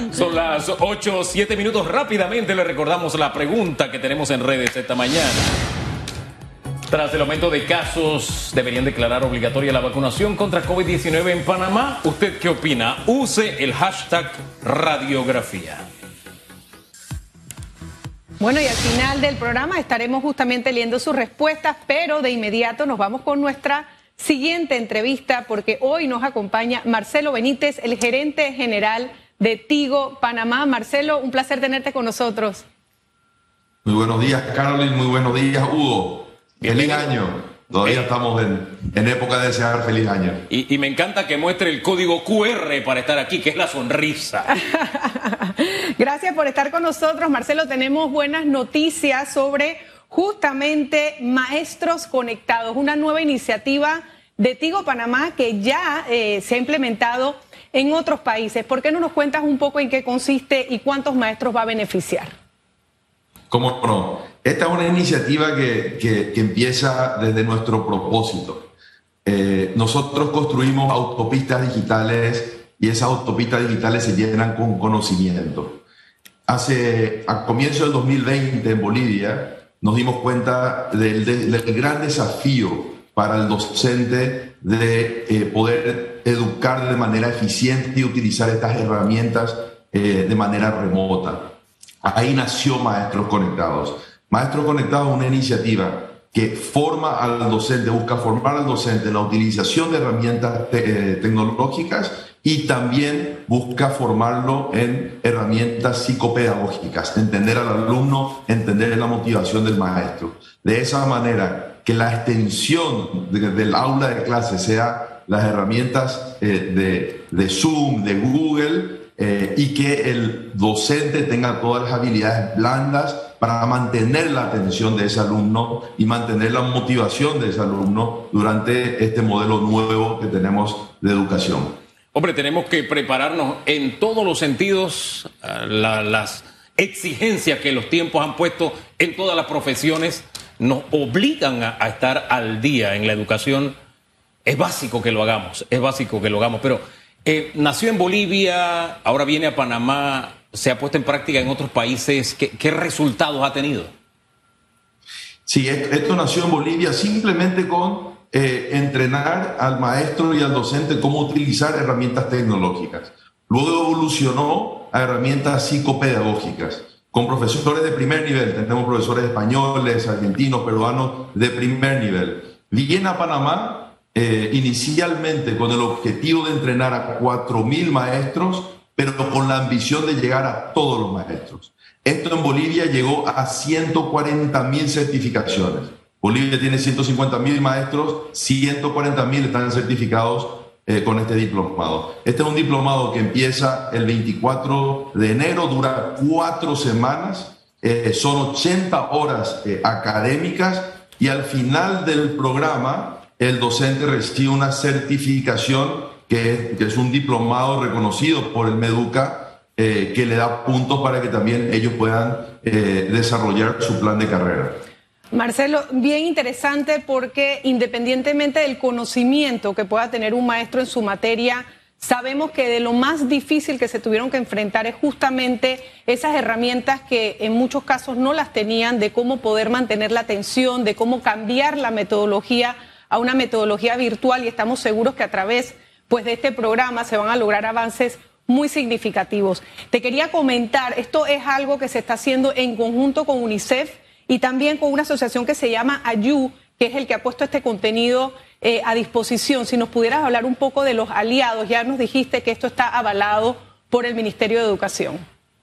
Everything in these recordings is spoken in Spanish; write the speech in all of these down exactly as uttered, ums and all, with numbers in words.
Son las ocho, siete minutos. Rápidamente le recordamos la pregunta que tenemos en redes esta mañana. Tras el aumento de casos, ¿deberían declarar obligatoria la vacunación contra COVID diecinueve en Panamá? ¿Usted qué opina? Use el hashtag radiografía. Bueno, y al final del programa estaremos justamente leyendo sus respuestas, pero de inmediato nos vamos con nuestra siguiente entrevista, porque hoy nos acompaña Marcelo Benítez, el gerente general de Tigo Panamá. Marcelo, un placer tenerte con nosotros. Muy buenos días, Carolyn. Muy buenos días, Hugo. Feliz año. Todavía eh, estamos en, en época de desear feliz año. Y, y me encanta que muestre el código cu erre para estar aquí, que es la sonrisa. Gracias por estar con nosotros, Marcelo. Tenemos buenas noticias sobre justamente Maestros Conectados, una nueva iniciativa de Tigo Panamá que ya eh, se ha implementado en otros países. ¿Por qué no nos cuentas un poco en qué consiste y cuántos maestros va a beneficiar? ¿Cómo no? Esta es una iniciativa que, que, que empieza desde nuestro propósito. Eh, nosotros construimos autopistas digitales y esas autopistas digitales se llenan con conocimiento. Hace, a comienzo del dos mil veinte en Bolivia, nos dimos cuenta del, del gran desafío para el docente de eh, poder educar de manera eficiente y utilizar estas herramientas eh, de manera remota. Ahí nació Maestros Conectados. Maestros Conectados es una iniciativa que forma al docente, busca formar al docente en la utilización de herramientas te, eh, tecnológicas y también busca formarlo en herramientas psicopedagógicas, entender al alumno, entender la motivación del maestro. De esa manera, que la extensión de, del aula de clase sea las herramientas eh, de, de Zoom, de Google, eh, y que el docente tenga todas las habilidades blandas para mantener la atención de ese alumno y mantener la motivación de ese alumno durante este modelo nuevo que tenemos de educación. Hombre, tenemos que prepararnos en todos los sentidos, la, las exigencias que los tiempos han puesto en todas las profesiones nos obligan a, a estar al día en la educación. Es básico que lo hagamos, es básico que lo hagamos, pero eh, nació en Bolivia, ahora viene a Panamá, se ha puesto en práctica en otros países. ¿Qué, qué resultados ha tenido? Sí, esto nació en Bolivia simplemente con eh, entrenar al maestro y al docente cómo utilizar herramientas tecnológicas. Luego evolucionó a herramientas psicopedagógicas con profesores de primer nivel. Tenemos profesores españoles, argentinos, peruanos de primer nivel. Viene a Panamá eh, inicialmente con el objetivo de entrenar a cuatro mil maestros, pero con la ambición de llegar a todos los maestros. Esto en Bolivia llegó a ciento cuarenta mil certificaciones. Bolivia tiene ciento cincuenta mil maestros, ciento cuarenta mil están certificados eh, con este diplomado. Este es un diplomado que empieza el veinticuatro de enero, dura cuatro semanas, eh, son ochenta horas eh, académicas y al final del programa el docente recibe una certificación que es, que es un diplomado reconocido por el MEDUCA, eh, que le da puntos para que también ellos puedan eh, desarrollar su plan de carrera. Marcelo, bien interesante porque independientemente del conocimiento que pueda tener un maestro en su materia, sabemos que de lo más difícil que se tuvieron que enfrentar es justamente esas herramientas que en muchos casos no las tenían, de cómo poder mantener la atención, de cómo cambiar la metodología a una metodología virtual, y estamos seguros que a través pues, de este programa se van a lograr avances muy significativos. Te quería comentar, esto es algo que se está haciendo en conjunto con UNICEF y también con una asociación que se llama AYU, que es el que ha puesto este contenido eh, a disposición. Si nos pudieras hablar un poco de los aliados, ya nos dijiste que esto está avalado por el Ministerio de Educación.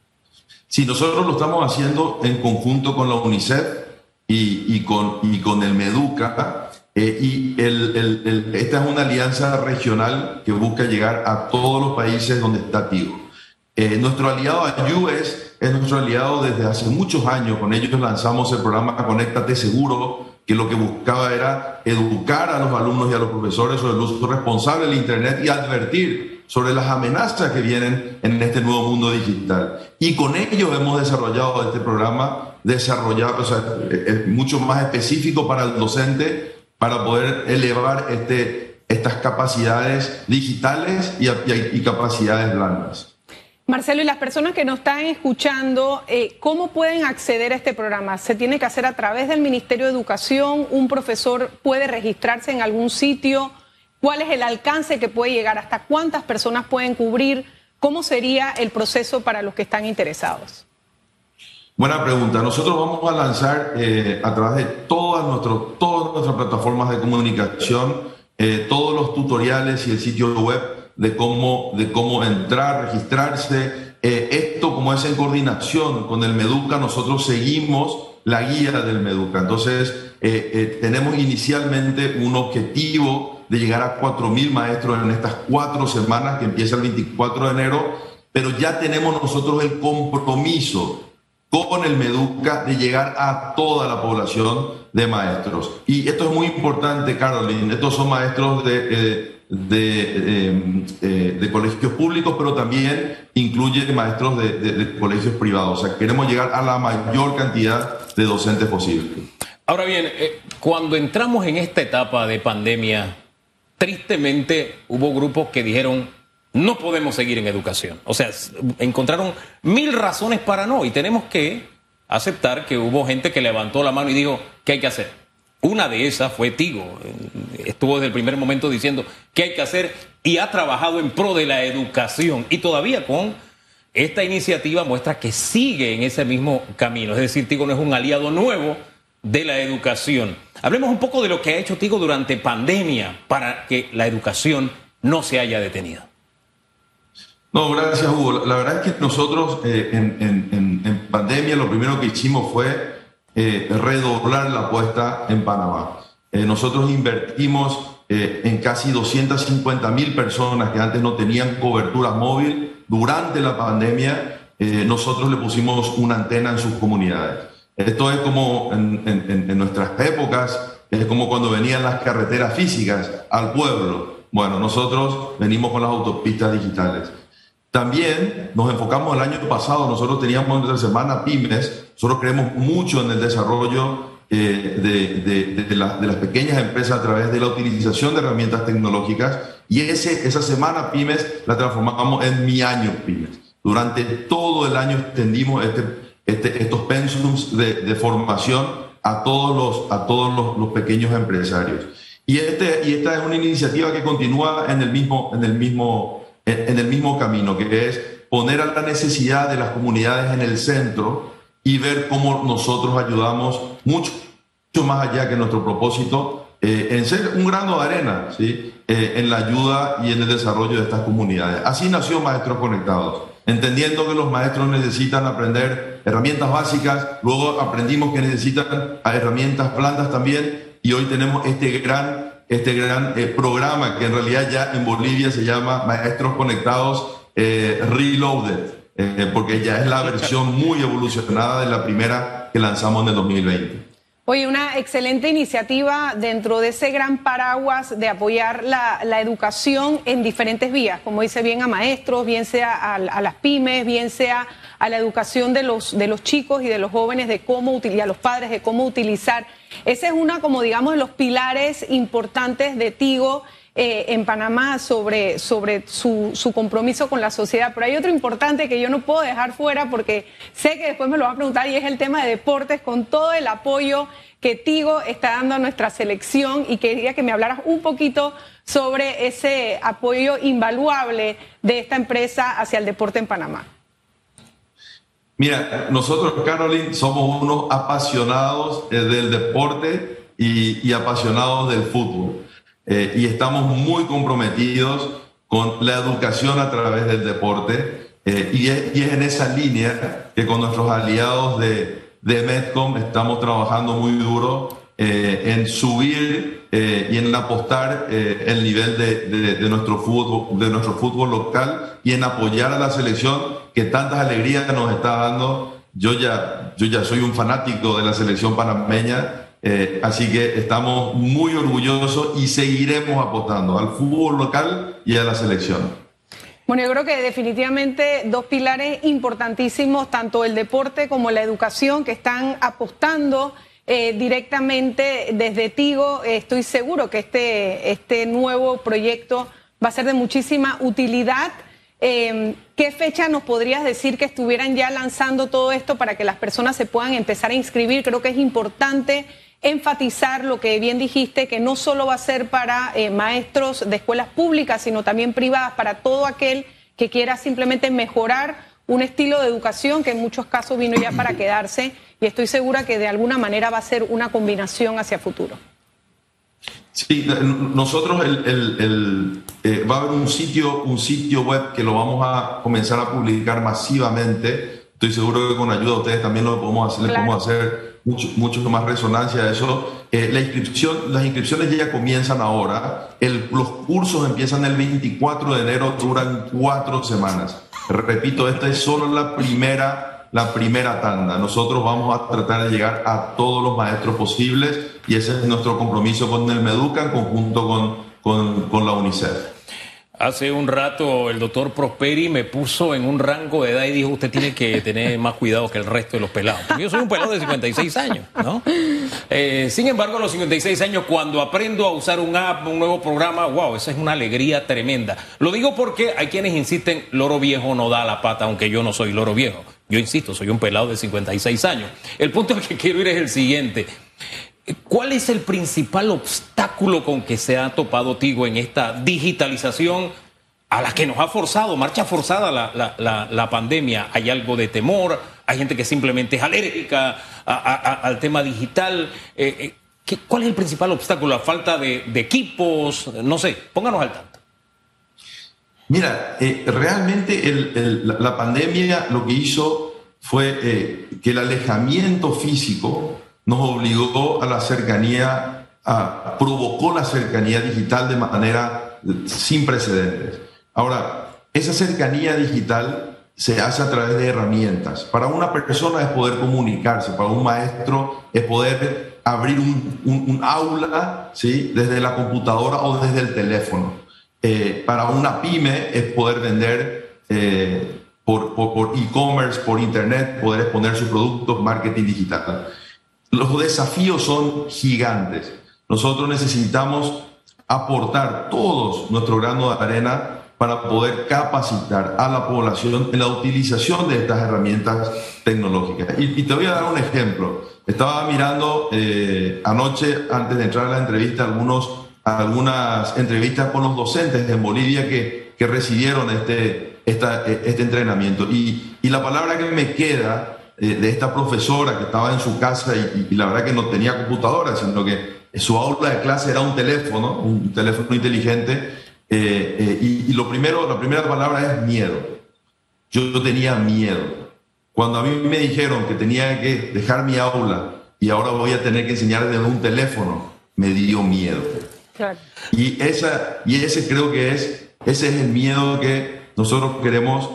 Sí, nosotros lo estamos haciendo en conjunto con la UNICEF y, y, con, y con el MEDUCA. Eh, y el, el, el, esta es una alianza regional que busca llegar a todos los países donde está Tigo. Eh, nuestro aliado AYU es, es nuestro aliado desde hace muchos años. Con ellos lanzamos el programa Conéctate Seguro, que lo que buscaba era educar a los alumnos y a los profesores sobre el uso responsable del Internet y advertir sobre las amenazas que vienen en este nuevo mundo digital. Y con ellos hemos desarrollado este programa, desarrollado, o sea, es mucho más específico para el docente, para poder elevar este, estas capacidades digitales y, y, y capacidades blandas. Marcelo, y las personas que nos están escuchando, eh, ¿cómo pueden acceder a este programa? ¿Se tiene que hacer a través del Ministerio de Educación? ¿Un profesor puede registrarse en algún sitio? ¿Cuál es el alcance que puede llegar? ¿Hasta cuántas personas pueden cubrir? ¿Cómo sería el proceso para los que están interesados? Buena pregunta. Nosotros vamos a lanzar eh, a través de todas, nuestros, todas nuestras plataformas de comunicación, eh, todos los tutoriales y el sitio web de cómo, de cómo entrar, registrarse. Eh, esto, como es en coordinación con el MEDUCA, nosotros seguimos la guía del MEDUCA. Entonces, eh, eh, tenemos inicialmente un objetivo de llegar a cuatro mil maestros en estas cuatro semanas que empieza el veinticuatro de enero, pero ya tenemos nosotros el compromiso con el MEDUCA de llegar a toda la población de maestros. Y esto es muy importante, Caroline. Estos son maestros de... Eh, De, eh, eh, de colegios públicos, pero también incluye maestros de, de, de colegios privados. O sea, queremos llegar a la mayor cantidad de docentes posible. Ahora bien, eh, cuando entramos en esta etapa de pandemia, tristemente hubo grupos que dijeron, no podemos seguir en educación. O sea, encontraron mil razones para no, y tenemos que aceptar que hubo gente que levantó la mano y dijo, ¿qué hay que hacer? Una de esas fue Tigo. Estuvo desde el primer momento diciendo qué hay que hacer y ha trabajado en pro de la educación. Y todavía con esta iniciativa muestra que sigue en ese mismo camino. Es decir, Tigo no es un aliado nuevo de la educación. Hablemos un poco de lo que ha hecho Tigo durante pandemia para que la educación no se haya detenido. No, gracias, Hugo. La verdad es que nosotros eh, en, en, en pandemia lo primero que hicimos fue Eh, redoblar la apuesta en Panamá. Eh, nosotros invertimos eh, en casi doscientas cincuenta mil personas que antes no tenían cobertura móvil. Durante la pandemia, eh, nosotros le pusimos una antena en sus comunidades. Esto es como en, en, en nuestras épocas, es como cuando venían las carreteras físicas al pueblo. Bueno, nosotros venimos con las autopistas digitales. También nos enfocamos el año pasado, nosotros teníamos nuestra semana Pymes, nosotros creemos mucho en el desarrollo eh, de, de, de, la, de las pequeñas empresas a través de la utilización de herramientas tecnológicas, y ese, esa semana Pymes la transformamos en Mi Año Pymes. Durante todo el año extendimos este, este, estos pensums de, de formación a todos, los, a todos los, los pequeños empresarios. Y, este, y esta es una iniciativa que continúa en el mismo, en el mismo en el mismo camino, que es poner a la necesidad de las comunidades en el centro y ver cómo nosotros ayudamos mucho, mucho más allá que nuestro propósito, eh, en ser un grano de arena, ¿sí? eh, en la ayuda y en el desarrollo de estas comunidades. Así nació Maestros Conectados, entendiendo que los maestros necesitan aprender herramientas básicas, luego aprendimos que necesitan herramientas blandas también, y hoy tenemos este gran este gran eh, programa que en realidad ya en Bolivia se llama Maestros Conectados eh, Reloaded, eh, porque ya es la versión muy evolucionada de la primera que lanzamos en el dos mil veinte. Oye, una excelente iniciativa dentro de ese gran paraguas de apoyar la, la educación en diferentes vías, como dice, bien a maestros, bien sea a, a las pymes, bien sea a la educación de los, de los chicos y de los jóvenes, de cómo, y a los padres de cómo utilizar. Ese es una, como digamos, de los pilares importantes de Tigo eh, en Panamá sobre, sobre su, su compromiso con la sociedad. Pero hay otro importante que yo no puedo dejar fuera porque sé que después me lo va a preguntar, y es el tema de deportes, con todo el apoyo que Tigo está dando a nuestra selección, y quería que me hablaras un poquito sobre ese apoyo invaluable de esta empresa hacia el deporte en Panamá. Mira, nosotros, Caroline, somos unos apasionados eh, del deporte y, y apasionados del fútbol. Eh, y estamos muy comprometidos con la educación a través del deporte. Eh, y, es, y es en esa línea que con nuestros aliados de, de Medcom estamos trabajando muy duro eh, en subir eh, y en apostar eh, el nivel de, de, de, nuestro fútbol, de nuestro fútbol local, y en apoyar a la selección que tantas alegrías nos está dando. Yo ya, yo ya soy un fanático de la selección panameña, eh, así que estamos muy orgullosos y seguiremos apostando al fútbol local y a la selección. Bueno, yo creo que definitivamente dos pilares importantísimos, tanto el deporte como la educación, que están apostando eh, directamente desde Tigo. Eh, estoy seguro que este, este nuevo proyecto va a ser de muchísima utilidad. Eh, ¿Qué fecha nos podrías decir que estuvieran ya lanzando todo esto para que las personas se puedan empezar a inscribir? Creo que es importante enfatizar lo que bien dijiste, que no solo va a ser para eh, maestros de escuelas públicas, sino también privadas, para todo aquel que quiera simplemente mejorar un estilo de educación que en muchos casos vino ya para quedarse, y estoy segura que de alguna manera va a ser una combinación hacia futuro. Sí, nosotros el, el, el, eh, va a haber un sitio, un sitio web que lo vamos a comenzar a publicar masivamente. Estoy seguro que con ayuda de ustedes también lo podemos hacer, claro. Les podemos hacer mucho, mucho más resonancia a eso. Eh, la inscripción, las inscripciones ya comienzan ahora. El, los cursos empiezan el veinticuatro de enero, duran cuatro semanas. Repito, esta es solo la primera, la primera tanda. Nosotros vamos a tratar de llegar a todos los maestros posibles y ese es nuestro compromiso con el MEDUCA en conjunto con, con, con la UNICEF. Hace un rato el doctor Prosperi me puso en un rango de edad y dijo: usted tiene que tener más cuidado que el resto de los pelados. Porque yo soy un pelado de cincuenta y seis años, ¿no? Eh, sin embargo, a los cincuenta y seis años, cuando aprendo a usar un app, un nuevo programa, wow, esa es una alegría tremenda. Lo digo porque hay quienes insisten: loro viejo no da la pata, aunque yo no soy loro viejo. Yo insisto, soy un pelado de cincuenta y seis años. El punto al que quiero ir es el siguiente. ¿Cuál es el principal obstáculo con que se ha topado Tigo en esta digitalización a la que nos ha forzado, marcha forzada la, la, la, la pandemia? ¿Hay algo de temor? ¿Hay gente que simplemente es alérgica a, a, a, al tema digital? Eh, eh, ¿qué, ¿Cuál es el principal obstáculo? ¿La falta de, de equipos? No sé, pónganos al tanto. Mira, eh, realmente el, el, la, la pandemia lo que hizo fue eh, que el alejamiento físico nos obligó a la cercanía, a, provocó la cercanía digital de manera sin precedentes. Ahora, esa cercanía digital se hace a través de herramientas. Para una persona es poder comunicarse, para un maestro es poder abrir un, un, un aula, ¿sí?, desde la computadora o desde el teléfono. Eh, para una pyme es poder vender eh, por, por, por e-commerce, por internet, poder exponer sus productos, marketing digital. Los desafíos son gigantes. Nosotros necesitamos aportar todos nuestro grano de arena para poder capacitar a la población en la utilización de estas herramientas tecnológicas. Y, y te voy a dar un ejemplo. Estaba mirando eh, anoche, antes de entrar a la entrevista, algunos, algunas entrevistas con los docentes en Bolivia que, que recibieron este, esta, este entrenamiento. Y, y la palabra que me queda de esta profesora que estaba en su casa y, y la verdad que no tenía computadora, sino que su aula de clase era un teléfono, un teléfono inteligente, eh, eh, y, y lo primero, la primera palabra es miedo. Yo tenía miedo. Cuando a mí me dijeron que tenía que dejar mi aula y ahora voy a tener que enseñar desde un teléfono, me dio miedo. Claro. Y, esa, y ese creo que es, ese es el miedo que nosotros queremos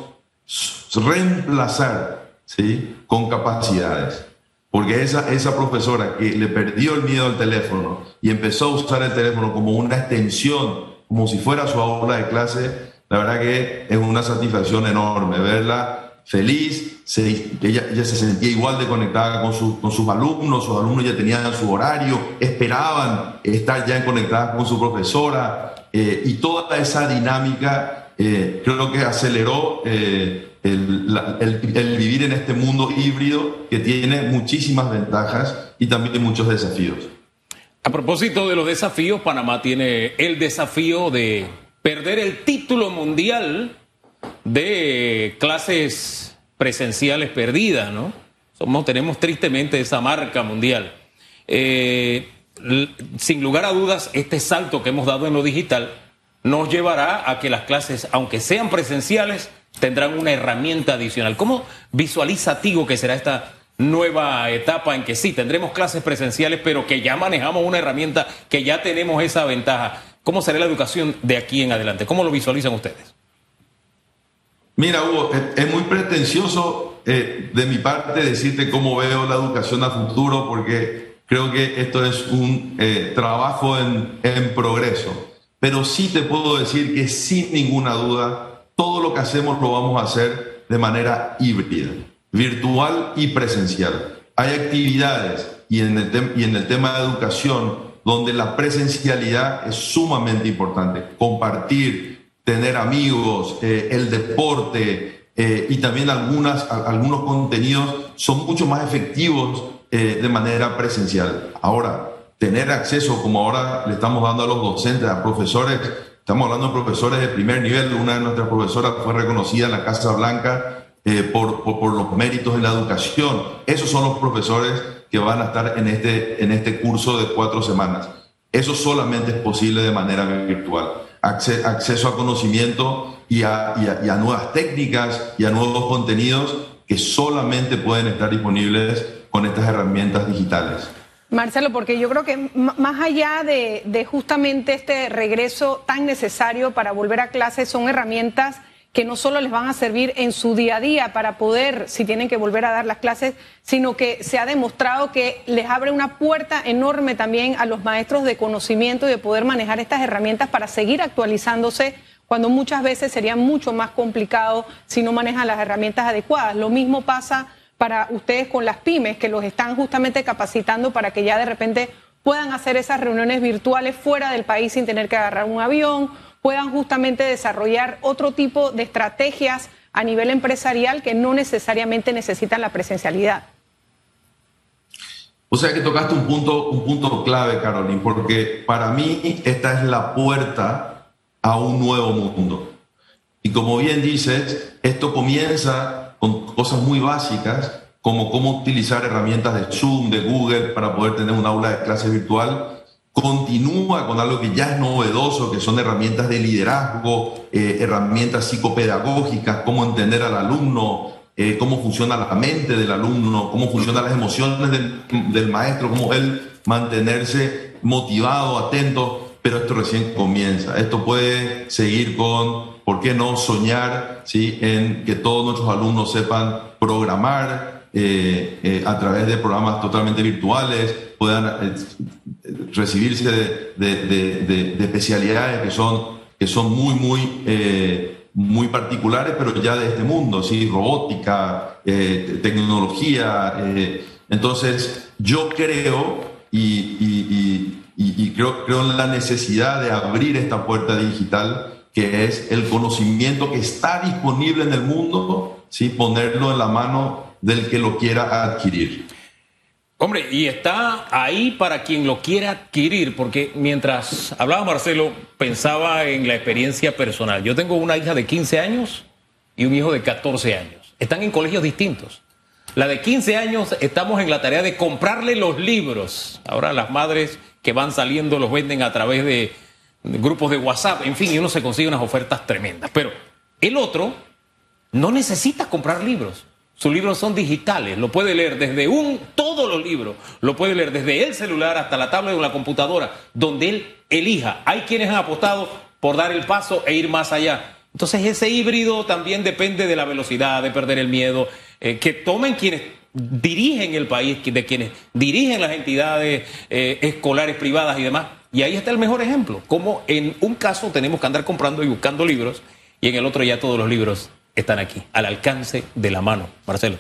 reemplazar, ¿sí?, con capacidades. Porque esa, esa profesora que le perdió el miedo al teléfono y empezó a usar el teléfono como una extensión, como si fuera su aula de clase, la verdad que es una satisfacción enorme verla feliz. Se, ella, ella se sentía igual de conectada con, su, con sus alumnos, sus alumnos ya tenían su horario, esperaban estar ya conectadas con su profesora, eh, y toda esa dinámica eh, creo que aceleró eh, El, la, el, el vivir en este mundo híbrido que tiene muchísimas ventajas y también muchos desafíos. A propósito de los desafíos, Panamá tiene el desafío de perder el título mundial de clases presenciales perdidas, ¿no? Somos, tenemos tristemente esa marca mundial. Eh, sin lugar a dudas, este salto que hemos dado en lo digital nos llevará a que las clases, aunque sean presenciales, tendrán una herramienta adicional. ¿Cómo visualiza Tigo que será esta nueva etapa en que sí, tendremos clases presenciales, pero que ya manejamos una herramienta, que ya tenemos esa ventaja? ¿Cómo será la educación de aquí en adelante? ¿Cómo lo visualizan ustedes? Mira, Hugo, es muy pretencioso eh, de mi parte decirte cómo veo la educación a futuro, porque creo que esto es un eh, trabajo en, en progreso. Pero sí te puedo decir que sin ninguna duda todo lo que hacemos lo vamos a hacer de manera híbrida, virtual y presencial. Hay actividades y en el, tem- y en el tema de educación donde la presencialidad es sumamente importante. Compartir, tener amigos, eh, el deporte eh, y también algunas, a, algunos contenidos son mucho más efectivos eh, de manera presencial. Ahora, tener acceso, como ahora le estamos dando a los docentes, a profesores, estamos hablando de profesores de primer nivel. Una de nuestras profesoras fue reconocida en la Casa Blanca eh, por, por, por los méritos en la educación. Esos son los profesores que van a estar en este, en este curso de cuatro semanas. Eso solamente es posible de manera virtual. Acce acceso a conocimiento y a, y, a, y a nuevas técnicas y a nuevos contenidos que solamente pueden estar disponibles con estas herramientas digitales. Marcelo, porque yo creo que más allá de, de justamente este regreso tan necesario para volver a clases, son herramientas que no solo les van a servir en su día a día para poder, si tienen que volver a dar las clases, sino que se ha demostrado que les abre una puerta enorme también a los maestros de conocimiento y de poder manejar estas herramientas para seguir actualizándose, cuando muchas veces sería mucho más complicado si no manejan las herramientas adecuadas. Lo mismo pasa para ustedes con las pymes, que los están justamente capacitando para que ya de repente puedan hacer esas reuniones virtuales fuera del país sin tener que agarrar un avión, puedan justamente desarrollar otro tipo de estrategias a nivel empresarial que no necesariamente necesitan la presencialidad. O sea que tocaste un punto, un punto clave, Caroline, porque para mí esta es la puerta a un nuevo mundo. Y como bien dices, esto comienza con cosas muy básicas, como cómo utilizar herramientas de Zoom, de Google, para poder tener un aula de clase virtual. Continúa con algo que ya es novedoso, que son herramientas de liderazgo, eh, herramientas psicopedagógicas, cómo entender al alumno, eh, cómo funciona la mente del alumno, cómo funcionan las emociones del, del maestro, cómo él mantenerse motivado, atento, pero esto recién comienza. Esto puede seguir con, ¿por qué no soñar, ¿sí?, en que todos nuestros alumnos sepan programar eh, eh, a través de programas totalmente virtuales, puedan eh, recibirse de, de, de, de, de especialidades que son, que son muy, muy, eh, muy particulares, pero ya de este mundo, ¿sí?, robótica, eh, tecnología. Eh. Entonces, yo creo y, y, y, y, y creo, creo en la necesidad de abrir esta puerta digital, que es el conocimiento que está disponible en el mundo, ¿sí?, ponerlo en la mano del que lo quiera adquirir. Hombre, y está ahí para quien lo quiera adquirir, porque mientras hablaba Marcelo, pensaba en la experiencia personal. Yo tengo una hija de quince años y un hijo de catorce años. Están en colegios distintos. La de quince años estamos en la tarea de comprarle los libros. Ahora las madres que van saliendo los venden a través de grupos de WhatsApp, en fin, y uno se consigue unas ofertas tremendas. Pero el otro no necesita comprar libros. Sus libros son digitales, lo puede leer desde un, todos los libros, lo puede leer desde el celular hasta la tablet o la computadora, donde él elija. Hay quienes han apostado por dar el paso e ir más allá. Entonces ese híbrido también depende de la velocidad, de perder el miedo, eh, que tomen quienes dirigen el país, de quienes dirigen las entidades eh, escolares privadas y demás. Y ahí está el mejor ejemplo, como en un caso tenemos que andar comprando y buscando libros, y en el otro ya todos los libros están aquí, al alcance de la mano. Marcelo.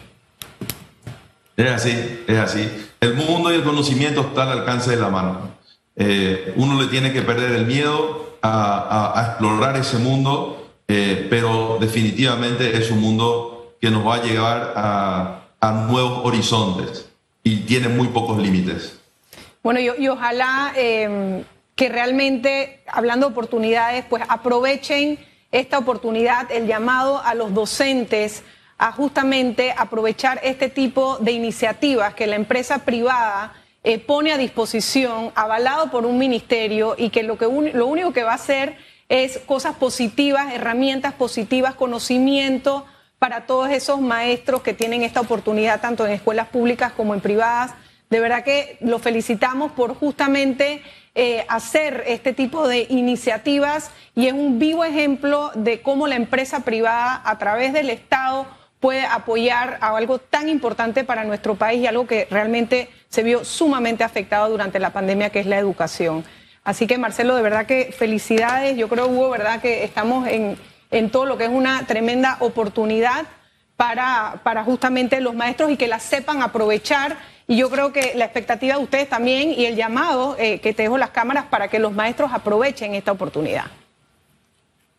Es así, es así. El mundo y el conocimiento están al alcance de la mano. Eh, uno le tiene que perder el miedo a, a, a explorar ese mundo, eh, pero definitivamente es un mundo que nos va a llevar a, a nuevos horizontes y tiene muy pocos límites. Bueno, y, y ojalá eh, que realmente, hablando de oportunidades, pues aprovechen esta oportunidad, el llamado a los docentes a justamente aprovechar este tipo de iniciativas que la empresa privada eh, pone a disposición, avalado por un ministerio, y que lo, que un, lo único que va a hacer es cosas positivas, herramientas positivas, conocimiento para todos esos maestros que tienen esta oportunidad tanto en escuelas públicas como en privadas. De verdad que los felicitamos por justamente eh, hacer este tipo de iniciativas, y es un vivo ejemplo de cómo la empresa privada a través del Estado puede apoyar a algo tan importante para nuestro país y algo que realmente se vio sumamente afectado durante la pandemia, que es la educación. Así que, Marcelo, de verdad que felicidades. Yo creo, Hugo, verdad que estamos en, en todo lo que es una tremenda oportunidad para, para justamente los maestros, y que la sepan aprovechar. Y yo creo que la expectativa de ustedes también, y el llamado eh, que te dejo las cámaras para que los maestros aprovechen esta oportunidad.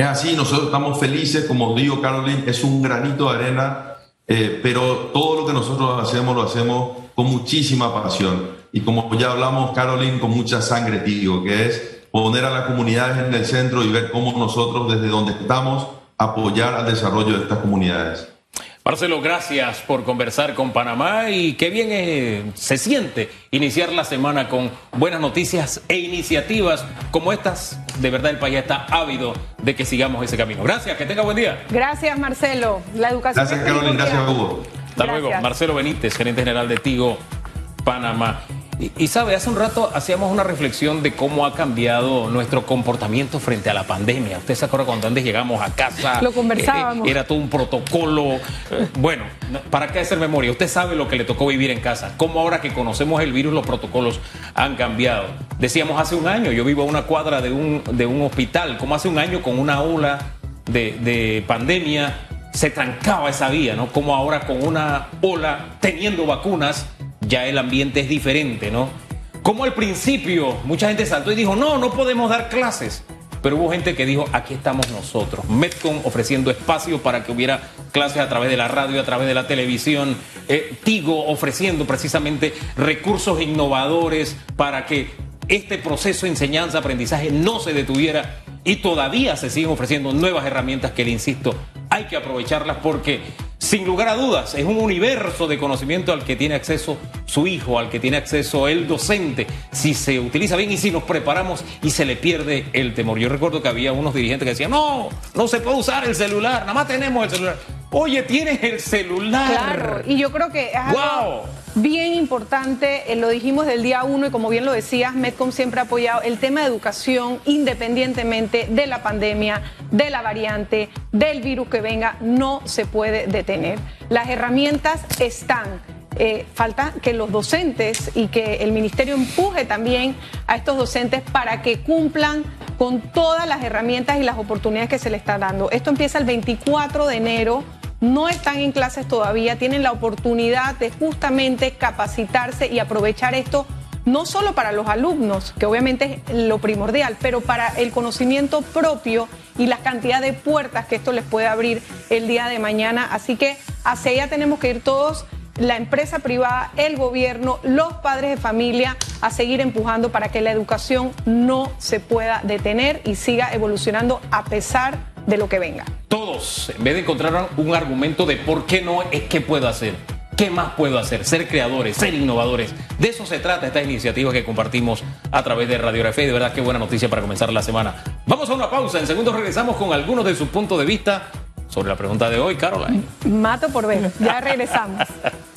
Es así, nosotros estamos felices, como digo, Caroline, es un granito de arena, eh, pero todo lo que nosotros hacemos lo hacemos con muchísima pasión. Y como ya hablamos, Caroline, con mucha sangre, tío, que es poner a las comunidades en el centro y ver cómo nosotros, desde donde estamos, apoyar al desarrollo de estas comunidades. Marcelo, gracias por conversar con Panamá y qué bien eh, se siente iniciar la semana con buenas noticias e iniciativas como estas. De verdad el país está ávido de que sigamos ese camino. Gracias, que tenga buen día. Gracias, Marcelo. La educación. Gracias, Carolina. Gracias, Hugo. Hasta luego. Marcelo Benítez, gerente general de Tigo Panamá. Y, y sabe, hace un rato hacíamos una reflexión de cómo ha cambiado nuestro comportamiento frente a la pandemia. Usted se acuerda cuando antes llegamos a casa. Lo conversábamos. Eh, era todo un protocolo. Eh, bueno, ¿para qué hacer memoria? Usted sabe lo que le tocó vivir en casa. Cómo ahora que conocemos el virus, los protocolos han cambiado. Decíamos hace un año, yo vivo a una cuadra de un, de un hospital. Como hace un año con una ola de, de pandemia se trancaba esa vía, ¿no? Como ahora con una ola teniendo vacunas ya el ambiente es diferente, ¿no? Como al principio mucha gente saltó y dijo, no, no podemos dar clases. Pero hubo gente que dijo, aquí estamos nosotros. Medcom ofreciendo espacio para que hubiera clases a través de la radio, a través de la televisión. Eh, Tigo ofreciendo precisamente recursos innovadores para que este proceso de enseñanza-aprendizaje no se detuviera. Y todavía se siguen ofreciendo nuevas herramientas que, le insisto, hay que aprovecharlas porque, sin lugar a dudas, es un universo de conocimiento al que tiene acceso su hijo, al que tiene acceso el docente, si se utiliza bien y si nos preparamos y se le pierde el temor. Yo recuerdo que había unos dirigentes que decían, no, no se puede usar el celular, nada más tenemos el celular. Oye, tienes el celular. Claro, y yo creo que es algo wow. bien importante, eh, lo dijimos del día uno y como bien lo decías, Medcom siempre ha apoyado el tema de educación independientemente de la pandemia, de la variante, del virus que venga, no se puede detener. Las herramientas están. Eh, falta que los docentes y que el ministerio empuje también a estos docentes para que cumplan con todas las herramientas y las oportunidades que se les está dando. Esto empieza el veinticuatro de enero. No están en clases todavía, tienen la oportunidad de justamente capacitarse y aprovechar esto no solo para los alumnos, que obviamente es lo primordial, pero para el conocimiento propio y la cantidad de puertas que esto les puede abrir el día de mañana. Así que hacia allá tenemos que ir todos, la empresa privada, el gobierno, los padres de familia, a seguir empujando para que la educación no se pueda detener y siga evolucionando a pesar de lo que venga. Todos, en vez de encontrar un argumento de por qué no, es qué puedo hacer, qué más puedo hacer, ser creadores, ser innovadores. De eso se trata esta iniciativa que compartimos a través de Radiografía y de verdad qué buena noticia para comenzar la semana. Vamos a una pausa, en segundos regresamos con algunos de sus puntos de vista sobre la pregunta de hoy, Caroline. Mato por ver, ya regresamos.